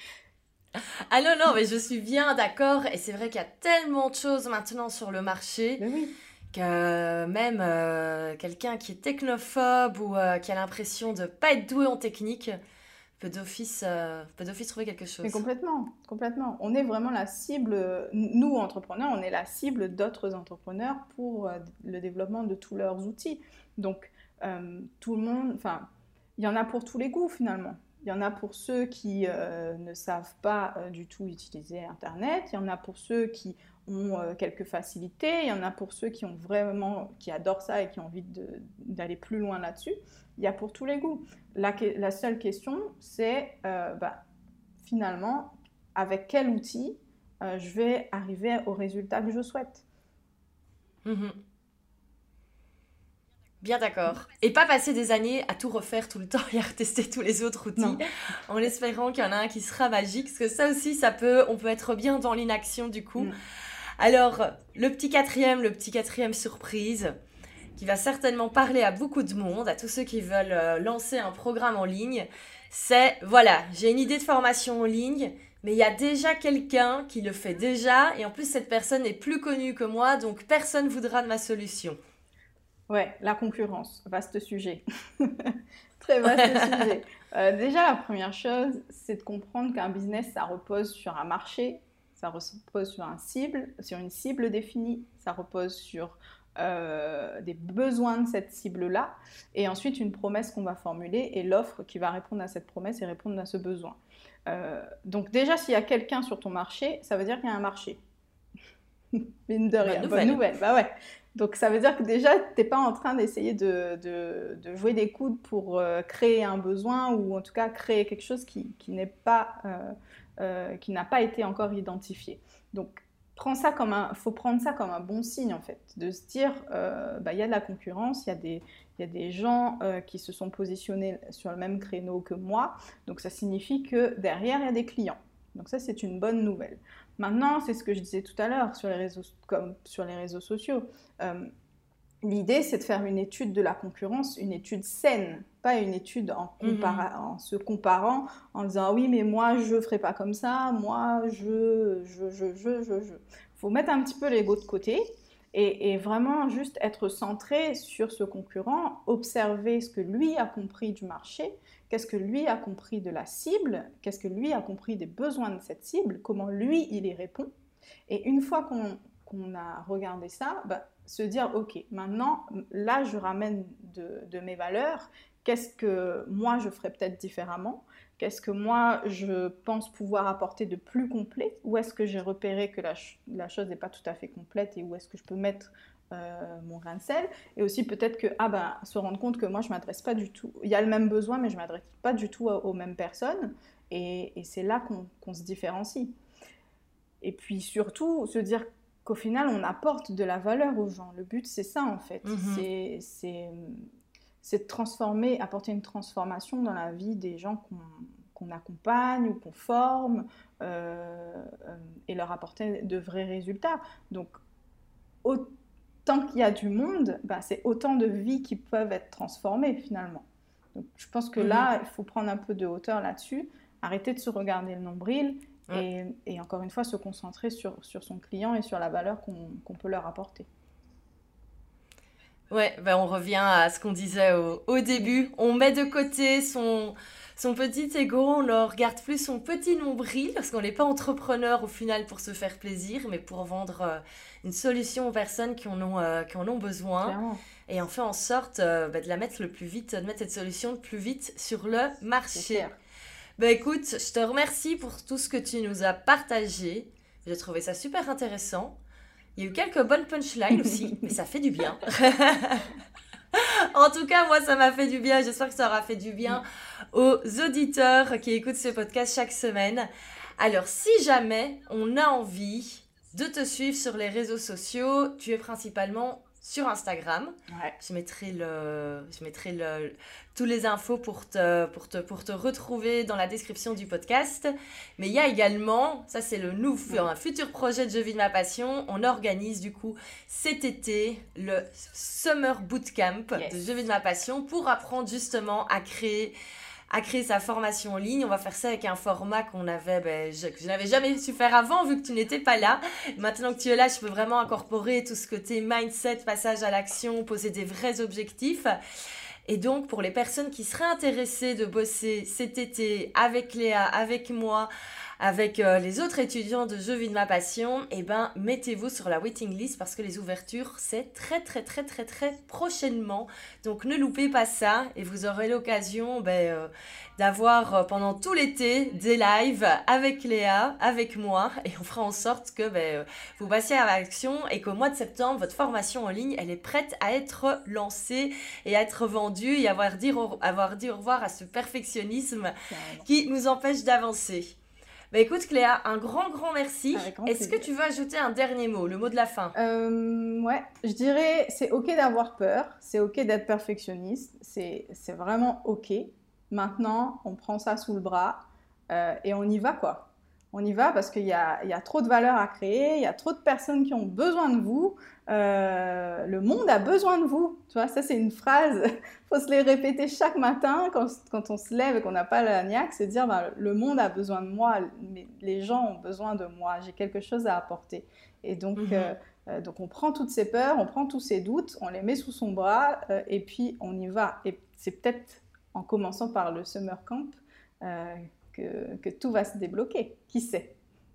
Ah non, non, mais je suis bien d'accord. Et c'est vrai qu'il y a tellement de choses maintenant sur le marché Mais oui. que même euh, quelqu'un qui est technophobe ou euh, qui a l'impression de pas être doué en technique peut d'office euh, peut d'office trouver quelque Mais chose. complètement, complètement. On est vraiment la cible, nous entrepreneurs, on est la cible d'autres entrepreneurs pour euh, le développement de tous leurs outils. Donc, euh, tout le monde, enfin, il y en a pour tous les goûts finalement. Il y en a pour ceux qui euh, ne savent pas euh, du tout utiliser Internet, il y en a pour ceux qui ont euh, quelques facilités, il y en a pour ceux qui ont vraiment, qui adorent ça et qui ont envie de, d'aller plus loin là-dessus. Il y a pour tous les goûts. La, la seule question, c'est euh, bah, finalement, avec quel outil euh, je vais arriver au résultat que je souhaite. Mhm. Bien d'accord. Et pas passer des années à tout refaire tout le temps et à retester tous les autres outils Non. en espérant qu'il y en a un qui sera magique. Parce que ça aussi, ça peut, on peut être bien dans l'inaction du coup. Mm. Alors, le petit quatrième, le petit quatrième surprise, qui va certainement parler à beaucoup de monde, à tous ceux qui veulent euh, lancer un programme en ligne, c'est, voilà, j'ai une idée de formation en ligne, mais il y a déjà quelqu'un qui le fait déjà, et en plus cette personne est plus connue que moi, donc personne voudra de ma solution. Ouais, la concurrence, vaste sujet. Très vaste sujet. Euh, déjà, la première chose, c'est de comprendre qu'un business, ça repose sur un marché, ça repose sur un cible, sur une cible définie, ça repose sur euh, des besoins de cette cible-là, et ensuite une promesse qu'on va formuler et l'offre qui va répondre à cette promesse et répondre à ce besoin. Euh, donc déjà, s'il y a quelqu'un sur ton marché, ça veut dire qu'il y a un marché. Mine de Bonne rien, bonne nouvelle. nouvelle, bah ouais. Donc ça veut dire que déjà, t'es pas en train d'essayer de, de, de jouer des coudes pour euh, créer un besoin ou en tout cas créer quelque chose qui, qui n'est pas, euh, euh, qui n'a pas été encore identifié. Donc prends ça comme un, faut prendre ça comme un bon signe en fait, de se dire, euh, bah, il y a de la concurrence, il y a des, il y a des gens euh, qui se sont positionnés sur le même créneau que moi, donc ça signifie que derrière, il y a des clients. Donc ça, c'est une bonne nouvelle. Maintenant, c'est ce que je disais tout à l'heure sur les réseaux, comme sur les réseaux sociaux. Euh, L'idée, c'est de faire une étude de la concurrence, une étude saine, pas une étude en, Mhm. compara- en se comparant, en disant ah oui, mais moi je ne ferai pas comme ça, moi je, je, je, je, je, je. Faut mettre un petit peu l'ego de côté Et, et vraiment juste être centré sur ce concurrent, observer ce que lui a compris du marché, qu'est-ce que lui a compris de la cible, qu'est-ce que lui a compris des besoins de cette cible, comment lui il y répond. Et une fois qu'on, qu'on a regardé ça, bah, se dire ok, maintenant là je ramène de, de mes valeurs, qu'est-ce que moi je ferais peut-être différemment, qu'est-ce que moi je pense pouvoir apporter de plus complet, où est-ce que j'ai repéré que la, la chose n'est pas tout à fait complète et où est-ce que je peux mettre euh, mon grain de sel, et aussi peut-être que ah ben, se rendre compte que moi je ne m'adresse pas du tout, il y a le même besoin mais je ne m'adresse pas du tout aux, aux mêmes personnes, et, et c'est là qu'on, qu'on se différencie. Et puis surtout se dire qu'au final on apporte de la valeur aux gens, le but c'est ça en fait, mm-hmm. c'est, c'est, c'est de transformer, apporter une transformation dans la vie des gens qu'on, qu'on accompagne ou qu'on forme, euh, euh, et leur apporter de vrais résultats. Donc autant qu'il y a du monde, bah, c'est autant de vies qui peuvent être transformées finalement. Donc je pense que mm-hmm. là il faut prendre un peu de hauteur là-dessus, arrêter de se regarder le nombril, Et, et encore une fois, se concentrer sur, sur son client et sur la valeur qu'on, qu'on peut leur apporter. Ouais, ben on revient à ce qu'on disait au, au début. On met de côté son, son petit ego, on ne regarde plus son petit nombril, parce qu'on n'est pas entrepreneur au final pour se faire plaisir, mais pour vendre euh, une solution aux personnes qui en ont, euh, qui en ont besoin. Clairement. Et on fait en sorte euh, ben de la mettre le plus vite, de mettre cette solution le plus vite sur le marché. Ben écoute, je te remercie pour tout ce que tu nous as partagé. J'ai trouvé ça super intéressant. Il y a eu quelques bonnes punchlines aussi, mais ça fait du bien. En tout cas, moi, ça m'a fait du bien. J'espère que ça aura fait du bien aux auditeurs qui écoutent ce podcast chaque semaine. Alors, si jamais on a envie de te suivre sur les réseaux sociaux, tu es principalement sur Instagram. Ouais. Je mettrai, le, je mettrai le, tous les infos pour te, pour, te, pour te retrouver dans la description du podcast. Mais il y a également, ça c'est le nouveau, ouais. un futur projet de Je vis de ma passion. On organise du coup cet été le Summer Bootcamp yes. de Je vis de ma passion pour apprendre justement à créer... à créer sa formation en ligne. On va faire ça avec un format qu'on avait, ben, je, que je n'avais jamais su faire avant vu que tu n'étais pas là. Maintenant que tu es là, je peux vraiment incorporer tout ce côté mindset, passage à l'action, poser des vrais objectifs. Et donc, pour les personnes qui seraient intéressées de bosser cet été avec Léa, avec moi, avec euh, les autres étudiants de Je vis de ma passion, eh ben, mettez-vous sur la waiting list parce que les ouvertures, c'est très, très, très, très, très prochainement. Donc, ne loupez pas ça et vous aurez l'occasion ben, euh, d'avoir euh, pendant tout l'été des lives avec Léa, avec moi, et on fera en sorte que ben, euh, vous passiez à l'action et qu'au mois de septembre, votre formation en ligne, elle est prête à être lancée et à être vendue et avoir dit au, avoir dit au revoir à ce perfectionnisme qui nous empêche d'avancer. Bah écoute Cléa, un grand grand merci. Grand Est-ce plaisir. que tu veux ajouter un dernier mot, le mot de la fin? euh, Ouais, je dirais c'est ok d'avoir peur, c'est ok d'être perfectionniste, c'est, c'est vraiment ok. Maintenant, on prend ça sous le bras euh, et on y va quoi. On y va parce qu'il y a, il y a trop de valeur à créer, il y a trop de personnes qui ont besoin de vous. Euh, le monde a besoin de vous. Tu vois, ça c'est une phrase, il faut se les répéter chaque matin quand, quand on se lève et qu'on n'a pas la niaque, c'est de dire bah, le monde a besoin de moi, les gens ont besoin de moi, j'ai quelque chose à apporter. Et donc, mmh. euh, euh, donc on prend toutes ces peurs, on prend tous ces doutes, on les met sous son bras euh, et puis on y va. Et c'est peut-être en commençant par le Summer Camp euh, Que, que tout va se débloquer. Qui sait?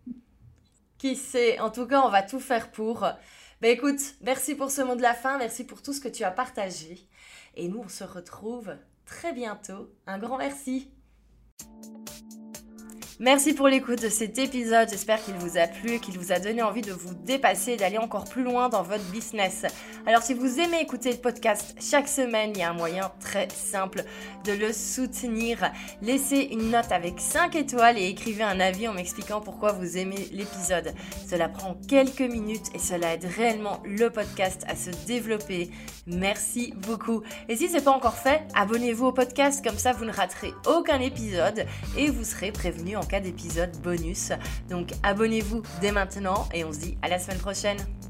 Qui sait? En tout cas, on va tout faire pour. Ben écoute, merci pour ce mot de la fin, merci pour tout ce que tu as partagé. Et nous, on se retrouve très bientôt. Un grand merci. Merci pour l'écoute de cet épisode, j'espère qu'il vous a plu et qu'il vous a donné envie de vous dépasser et d'aller encore plus loin dans votre business. Alors si vous aimez écouter le podcast chaque semaine, il y a un moyen très simple de le soutenir. Laissez une note avec cinq étoiles et écrivez un avis en m'expliquant pourquoi vous aimez l'épisode. Cela prend quelques minutes et cela aide réellement le podcast à se développer. Merci beaucoup. Et si ce n'est pas encore fait, abonnez-vous au podcast, comme ça vous ne raterez aucun épisode et vous serez prévenu en cas d'épisode bonus. Donc abonnez-vous dès maintenant et on se dit à la semaine prochaine.